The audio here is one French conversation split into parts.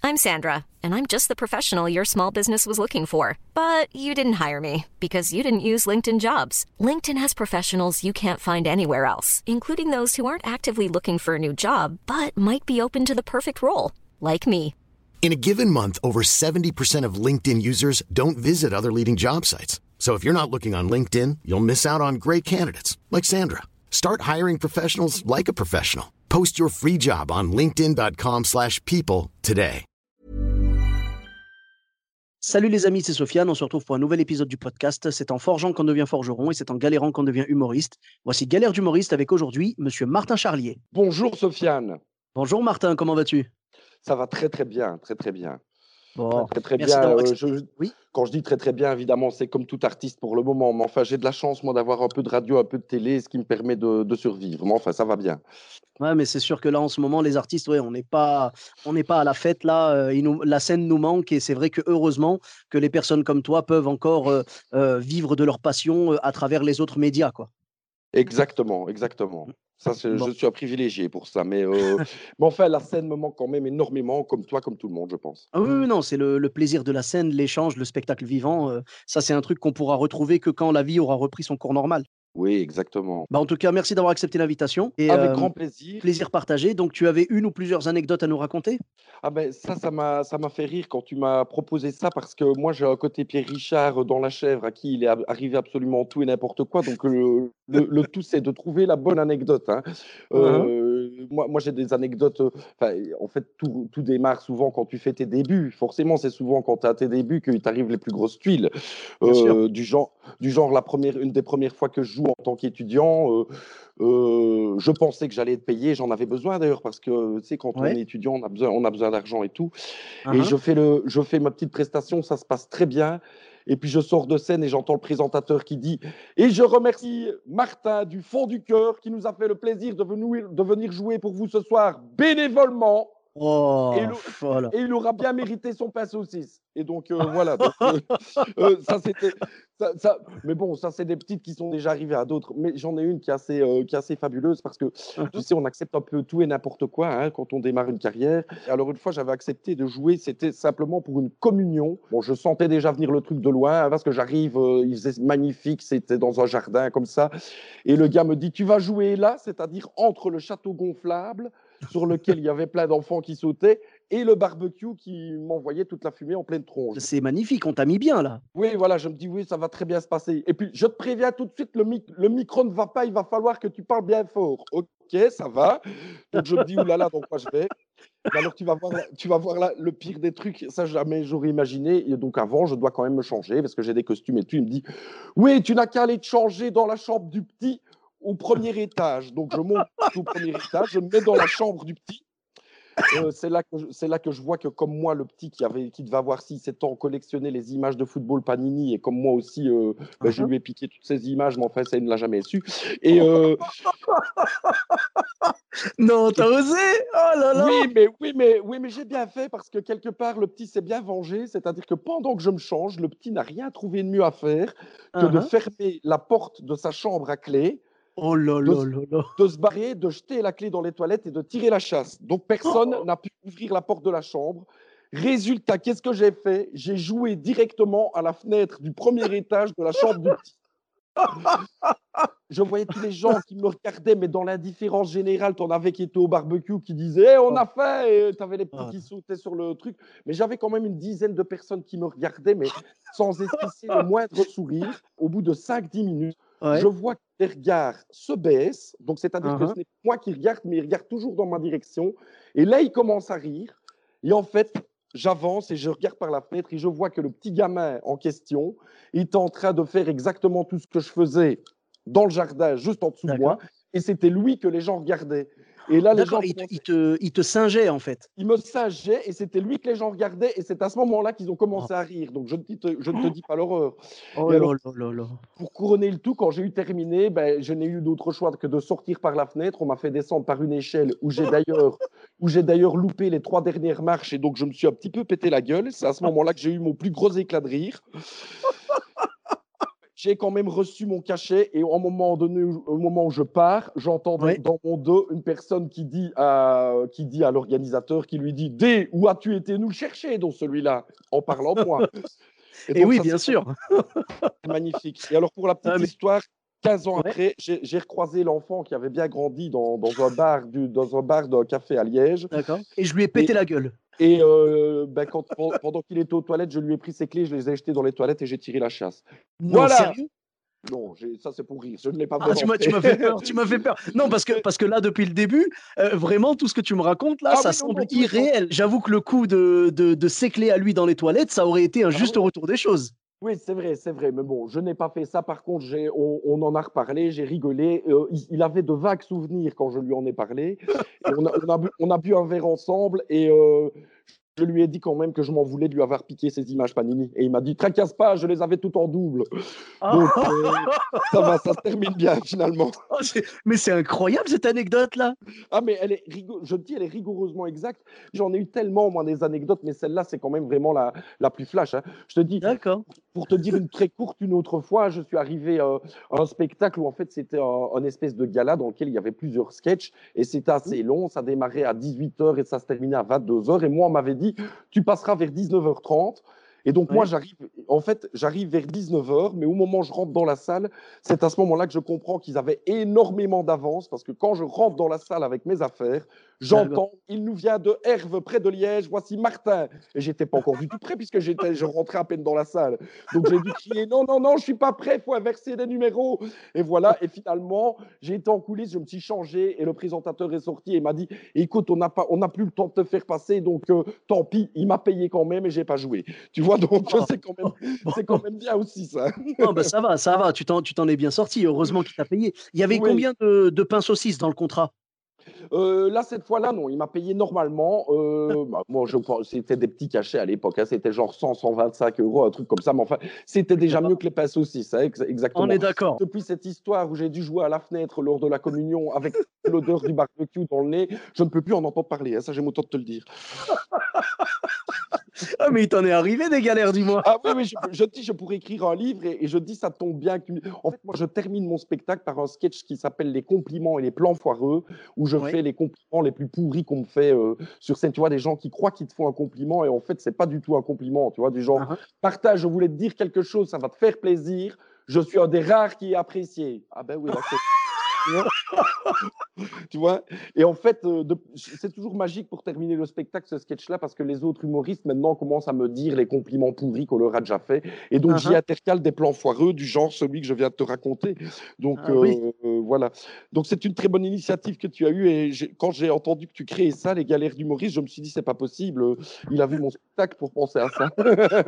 I'm Sandra, and I'm just the professional your small business was looking for. But you didn't hire me because you didn't use LinkedIn Jobs. LinkedIn has professionals you can't find anywhere else, including those who aren't actively looking for a new job, but might be open to the perfect role, like me. In a given month, over 70% of LinkedIn users don't visit other leading job sites. So if you're not looking on LinkedIn, you'll miss out on great candidates like Sandra. Start hiring professionals like a professional. Post your free job on linkedin.com/people today. Salut les amis, c'est Sofiane. On se retrouve pour un nouvel épisode du podcast. C'est en forgeant qu'on devient forgeron et c'est en galérant qu'on devient humoriste. Voici Galère d'humoriste avec aujourd'hui Monsieur Martin Charlier. Bonjour Sofiane. Bonjour Martin, comment vas-tu? Ça va très très bien, très très bien. Bon, Très merci bien. d'avoir accepté. Oui. Quand je dis très très bien, évidemment, c'est comme tout artiste pour le moment. Mais enfin, j'ai de la chance, moi, d'avoir un peu de radio, un peu de télé, ce qui me permet de survivre. Mais enfin, ça va bien. Ouais, mais c'est sûr que là, en ce moment, les artistes, ouais, on n'est pas à la fête là. La scène nous manque et c'est vrai que heureusement que les personnes comme toi peuvent encore vivre de leur passion à travers les autres médias, quoi. Exactement, exactement. Ça, Bon. je suis un privilégié pour ça. Mais enfin, la scène me manque quand même énormément, comme toi, comme tout le monde, je pense. Ah oui, oui, non, c'est le plaisir de la scène, l'échange, le spectacle vivant. Ça, c'est un truc qu'on pourra retrouver que quand la vie aura repris son cours normal. Oui, exactement. Bah, en tout cas, merci d'avoir accepté l'invitation et Avec grand plaisir. plaisir partagé. Donc, tu avais une ou plusieurs anecdotes à nous raconter? Ah ben ça m'a fait rire quand tu m'as proposé ça parce que moi j'ai un côté Pierre Richard dans La Chèvre à qui il est arrivé absolument tout et n'importe quoi. Donc le tout c'est de trouver la bonne anecdote, hein. Hein, Moi j'ai des anecdotes. Enfin, en fait tout démarre souvent quand tu fais tes débuts. Forcément c'est souvent quand tu as tes débuts qu'il t'arrive les plus grosses tuiles. bien sûr. Du genre une des premières fois que je joue en tant qu'étudiant. Je pensais que j'allais être payé, j'en avais besoin d'ailleurs parce que tu sais quand on Ouais. est étudiant on a besoin d'argent et tout. Et Hein. je fais ma petite prestation, ça se passe très bien. Et puis je sors de scène et j'entends le présentateur qui dit et je remercie Martin du fond du cœur qui nous a fait le plaisir de venir jouer pour vous ce soir bénévolement. Et, Oh, le- voilà. et il aura bien mérité son pain saucisse. Et donc voilà. Donc, ça c'était mais bon, ça c'est des petites qui sont déjà arrivées à d'autres. Mais j'en ai une qui est assez fabuleuse parce que tu sais, on accepte un peu tout et n'importe quoi, hein, quand on démarre une carrière. Alors une fois, j'avais accepté de jouer, c'était simplement pour une communion. Bon, je sentais déjà venir le truc de loin, hein, parce que j'arrive, il faisait magnifique, c'était dans un jardin comme ça. Et le gars me dit, tu vas jouer là, c'est-à-dire entre le château gonflable sur lequel il y avait plein d'enfants qui sautaient et le barbecue qui m'envoyait toute la fumée en pleine tronche. C'est magnifique, on t'a mis bien là. Oui, voilà, je me dis, oui, ça va très bien se passer. Et puis, je te préviens tout de suite, le micro ne va pas, il va falloir que tu parles bien fort. Ok, ça va. Donc, je me dis, oulala, donc moi, je vais. Mais alors, tu vas voir là, le pire des trucs, ça, jamais j'aurais imaginé. Et donc, avant, je dois quand même me changer parce que j'ai des costumes et tout. Il me dit, oui, tu n'as qu'à aller te changer dans la chambre du petit au premier étage. Donc, je monte au premier étage, je me mets dans la chambre du petit. C'est là que je vois que comme moi, le petit qui devait avoir 6-7 ans, collectionnait les images de football Panini et comme moi aussi, je Hein. lui ai piqué toutes ces images, mais enfin, ça, il ne l'a jamais su. Et, Non, et t'as osé? Oh là là! oui, mais j'ai bien fait parce que quelque part, le petit s'est bien vengé. C'est-à-dire que pendant que je me change, le petit n'a rien trouvé de mieux à faire que de Hein. fermer la porte de sa chambre à clé, Oh là de, là là là! de se barrer, de jeter la clé dans les toilettes et de tirer la chasse. Donc personne n'a pu ouvrir la porte de la chambre. Résultat, qu'est-ce que j'ai fait? J'ai joué directement à la fenêtre du premier étage de la chambre du petit. Je voyais tous les gens qui me regardaient, mais dans l'indifférence générale, tu en avais qui étaient au barbecue, qui disaient on a faim, et tu avais les petits Oh. qui sautaient sur le truc. Mais j'avais quand même une dizaine de personnes qui me regardaient, mais sans esquisser le moindre sourire. Au bout de 5-10 minutes, je Ouais. vois que les regards se baissent. Donc, c'est-à-dire que Hein. ce n'est pas moi qui regarde, mais ils regardent toujours dans ma direction. Et là, ils commencent à rire. Et en fait, j'avance et je regarde par la fenêtre et je vois que le petit gamin en question est en train de faire exactement tout ce que je faisais dans le jardin, juste en dessous de moi. D'accord. Et c'était lui que les gens regardebaient. Et là, les D'accord, gens commençaient. il te singeait en fait. Il me singeait et c'était lui que les gens regardaient. Et c'est à ce moment-là qu'ils ont Oh. commencé à rire. Donc, je ne te dis pas l'horreur. Oh Et là alors, là là là. pour couronner le tout, quand j'ai eu terminé, ben, je n'ai eu d'autre choix que de sortir par la fenêtre. On m'a fait descendre par une échelle où j'ai d'ailleurs loupé les 3 dernières marches et donc je me suis un petit peu pété la gueule. C'est à ce moment-là que j'ai eu mon plus gros éclat de rire. j'ai quand même reçu mon cachet et au moment donné, au moment où je pars, j'entends Ouais. dans mon dos une personne qui dit à l'organisateur, qui lui dit: D, où as-tu été nous chercher dans celui-là? En parlant de moi. Et Et donc, oui, ça, bien c'était sûr. magnifique. Et alors, pour la Ah, petite mais histoire, 15 ans ouais, après, j'ai recroisé l'enfant qui avait bien grandi dans un bar d'un café à Liège. d'accord. Et je lui ai Et, pété la gueule. pendant qu'il était aux toilettes, je lui ai pris ses clés, je les ai jetées dans les toilettes et j'ai tiré la chasse. Non, Voilà! sérieux? Non, ça c'est pour rire, je ne l'ai pas Ah, vraiment tu fait. m'as fait peur, tu m'as fait peur. Non, parce que là, depuis le début, vraiment, tout ce que tu me racontes là, Ah ça oui, non, semble dans tous les sens. irréel. J'avoue que le coup de ses clés à lui dans les toilettes, ça aurait été un Ah juste oui. retour des choses. Oui, c'est vrai, mais bon, je n'ai pas fait ça. Par contre, on en a reparlé, j'ai rigolé. Il avait de vagues souvenirs quand je lui en ai parlé. Et on a bu un verre ensemble et je lui ai dit quand même que je m'en voulais de lui avoir piqué ses images Panini. Et il m'a dit: tracasse pas, je les avais toutes en double. Donc, ça va, ça se termine bien finalement. Oh, mais c'est incroyable cette anecdote là. Ah, mais je te dis, elle est rigoureusement exacte. J'en ai eu tellement, moi, des anecdotes, mais celle-là, c'est quand même vraiment la plus flash, hein. Je te dis, D'accord. pour te dire une très courte, une autre fois, je suis arrivé à un spectacle où en fait c'était un espèce de gala dans lequel il y avait plusieurs sketchs et c'était assez long. Ça démarrait à 18h et ça se terminait à 22h. Et moi, on m'avait dit, tu passeras vers 19h30. Et donc moi, Ouais. j'arrive vers 19h, mais au moment où je rentre dans la salle, c'est à ce moment-là que je comprends qu'ils avaient énormément d'avance parce que quand je rentre dans la salle avec mes affaires, D'accord. j'entends, il nous vient de Herve, près de Liège, voici Martin. Et j'étais pas encore du tout prêt puisque je rentrais à peine dans la salle. Donc j'ai dû crier non, non, non, je suis pas prêt, il faut inverser les numéros. Et voilà, et finalement, j'ai été en coulisses, je me suis changé et le présentateur est sorti et m'a dit écoute, on n'a plus le temps de te faire passer, donc tant pis, il m'a payé quand même et j'ai pas joué. Tu vois, donc Oh, oh, c'est quand bon. même bien aussi ça. Non, bah ça va, tu t'en es bien sorti. Heureusement qu'il t'a payé. Il y avait Oui. combien de pain saucisses dans le contrat? Là, cette fois-là, non, il m'a payé normalement. Moi, c'était des petits cachets à l'époque, hein, c'était genre 100, 125 euros, un truc comme ça. Mais enfin, c'était Oui, ça déjà va. mieux que les pains saucisses, hein, On exactement. est d'accord. Depuis cette histoire où j'ai dû jouer à la fenêtre lors de la communion avec l'odeur du barbecue dans le nez, je ne peux plus en entendre parler, hein, ça, j'ai autant de te le dire. Ah, mais il t'en est arrivé des galères, dis-moi. Ah oui, oui, je dis, je pourrais écrire un livre et je dis, ça tombe bien. En fait, moi, je termine mon spectacle par un sketch qui s'appelle Les compliments et les plans foireux, où je Oui. fais les compliments les plus pourris qu'on me fait sur scène. Tu vois, des gens qui croient qu'ils te font un compliment et en fait, c'est pas du tout un compliment. Tu vois, du genre, Uh-huh. partage, je voulais te dire quelque chose, ça va te faire plaisir. Je suis un des rares qui est apprécié. Ah ben oui, d'accord. Tu vois. Et en fait, c'est toujours magique pour terminer le spectacle, ce sketch-là, parce que les autres humoristes, maintenant, commencent à me dire les compliments pourris qu'on leur a déjà fait. Et donc, j'y Uh-huh. intercale des plans foireux du genre celui que je viens de te raconter. Donc, Ah oui. voilà. Donc, c'est une très bonne initiative que tu as eue. Et quand j'ai entendu que tu créais ça, les galères d'humoristes, je me suis dit, c'est pas possible. Il a vu mon spectacle pour penser à ça.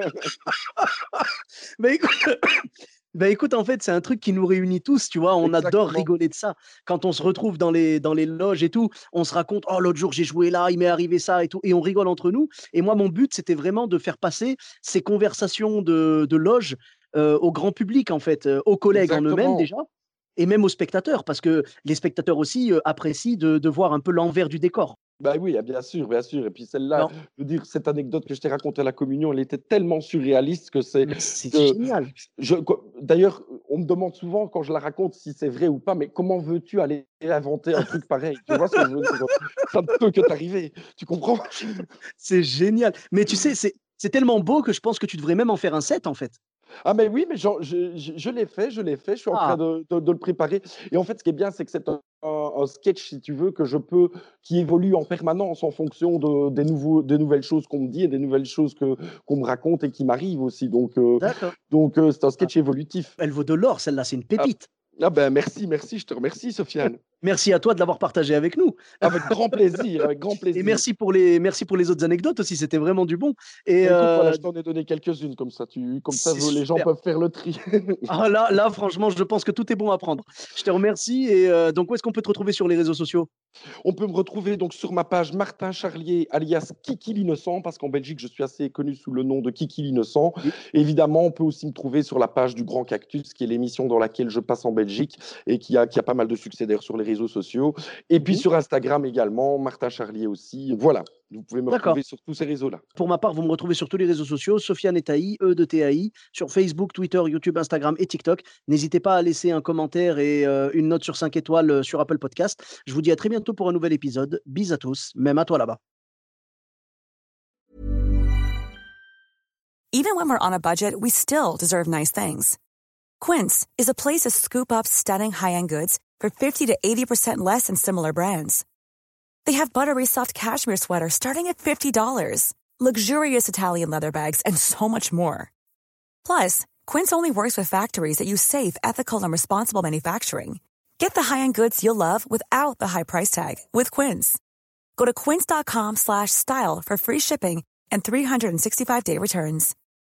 Bah écoute, bah écoute, en fait, c'est un truc qui nous réunit tous, tu vois. On adore Exactement. rigoler de ça. Quand on se retrouve dans les loges et tout, on se raconte, oh, l'autre jour, j'ai joué là, il m'est arrivé ça et tout. Et on rigole entre nous. Et moi, mon but, c'était vraiment de faire passer ces conversations de loge au grand public, en fait, aux collègues en eux-mêmes Exactement. déjà, et même aux spectateurs, parce que les spectateurs aussi apprécient de voir un peu l'envers du décor. Bah oui, ah, bien sûr, bien sûr. Et puis celle-là, Non, je veux dire, cette anecdote que je t'ai racontée à la communion, elle était tellement surréaliste que mais c'est que génial. d'ailleurs, on me demande souvent quand je la raconte si c'est vrai ou pas, mais comment veux-tu aller inventer un truc pareil? Tu vois ce que je veux dire? Ça ne peut que t'arriver. Tu comprends? C'est génial. Mais tu sais, c'est tellement beau que je pense que tu devrais même en faire un set, en fait. Ah mais oui, mais je l'ai fait, je suis en train Ah, de le préparer. Et en fait, ce qui est bien, c'est que c'est un sketch, si tu veux, qui évolue en permanence en fonction des nouvelles choses qu'on me dit et des nouvelles choses qu'on me raconte et qui m'arrivent aussi. d'accord. C'est un Ah, sketch évolutif. elle vaut de l'or, celle-là, c'est une Ah, pépite. ah ben merci, merci, je te remercie, Sofiane. Merci à toi de l'avoir partagé avec nous. Avec grand plaisir, avec grand Et plaisir. merci pour les autres anecdotes aussi, c'était vraiment du bon. Et Bah, écoute, voilà, je t'en ai donné quelques-unes comme ça, c'est les gens super. peuvent faire le tri. Ah, là, franchement, je pense que tout est bon à prendre. Je te remercie. Et donc, où est-ce qu'on peut te retrouver sur les réseaux sociaux? On peut me retrouver donc sur ma page Martin Charlier, alias Kiki l'Innocent, parce qu'en Belgique, je suis assez connu sous le nom de Kiki l'Innocent. Oui. Évidemment, on peut aussi me trouver sur la page du Grand Cactus, qui est l'émission dans laquelle je passe en Belgique et qui a pas mal de succès d'ailleurs sur les réseaux sociaux. Et puis Mhm. sur Instagram également, Martin Charlier aussi. Voilà. Vous pouvez me D'accord. retrouver sur tous ces réseaux-là. Pour ma part, vous me retrouvez sur tous les réseaux sociaux, Sofiane Etaï, E de TAI, sur Facebook, Twitter, YouTube, Instagram et TikTok. N'hésitez pas à laisser un commentaire et une note sur 5 étoiles sur Apple Podcast. Je vous dis à très bientôt pour un nouvel épisode. Bis à tous, même à toi là-bas. Even when we're on a budget, we still deserve nice things. Quince is a place to scoop up stunning high-end goods for 50 to 80% less than similar brands. They have buttery soft cashmere sweaters starting at $50, luxurious Italian leather bags, and so much more. Plus, Quince only works with factories that use safe, ethical, and responsible manufacturing. Get the high-end goods you'll love without the high price tag with Quince. Go to quince.com/style for free shipping and 365-day returns.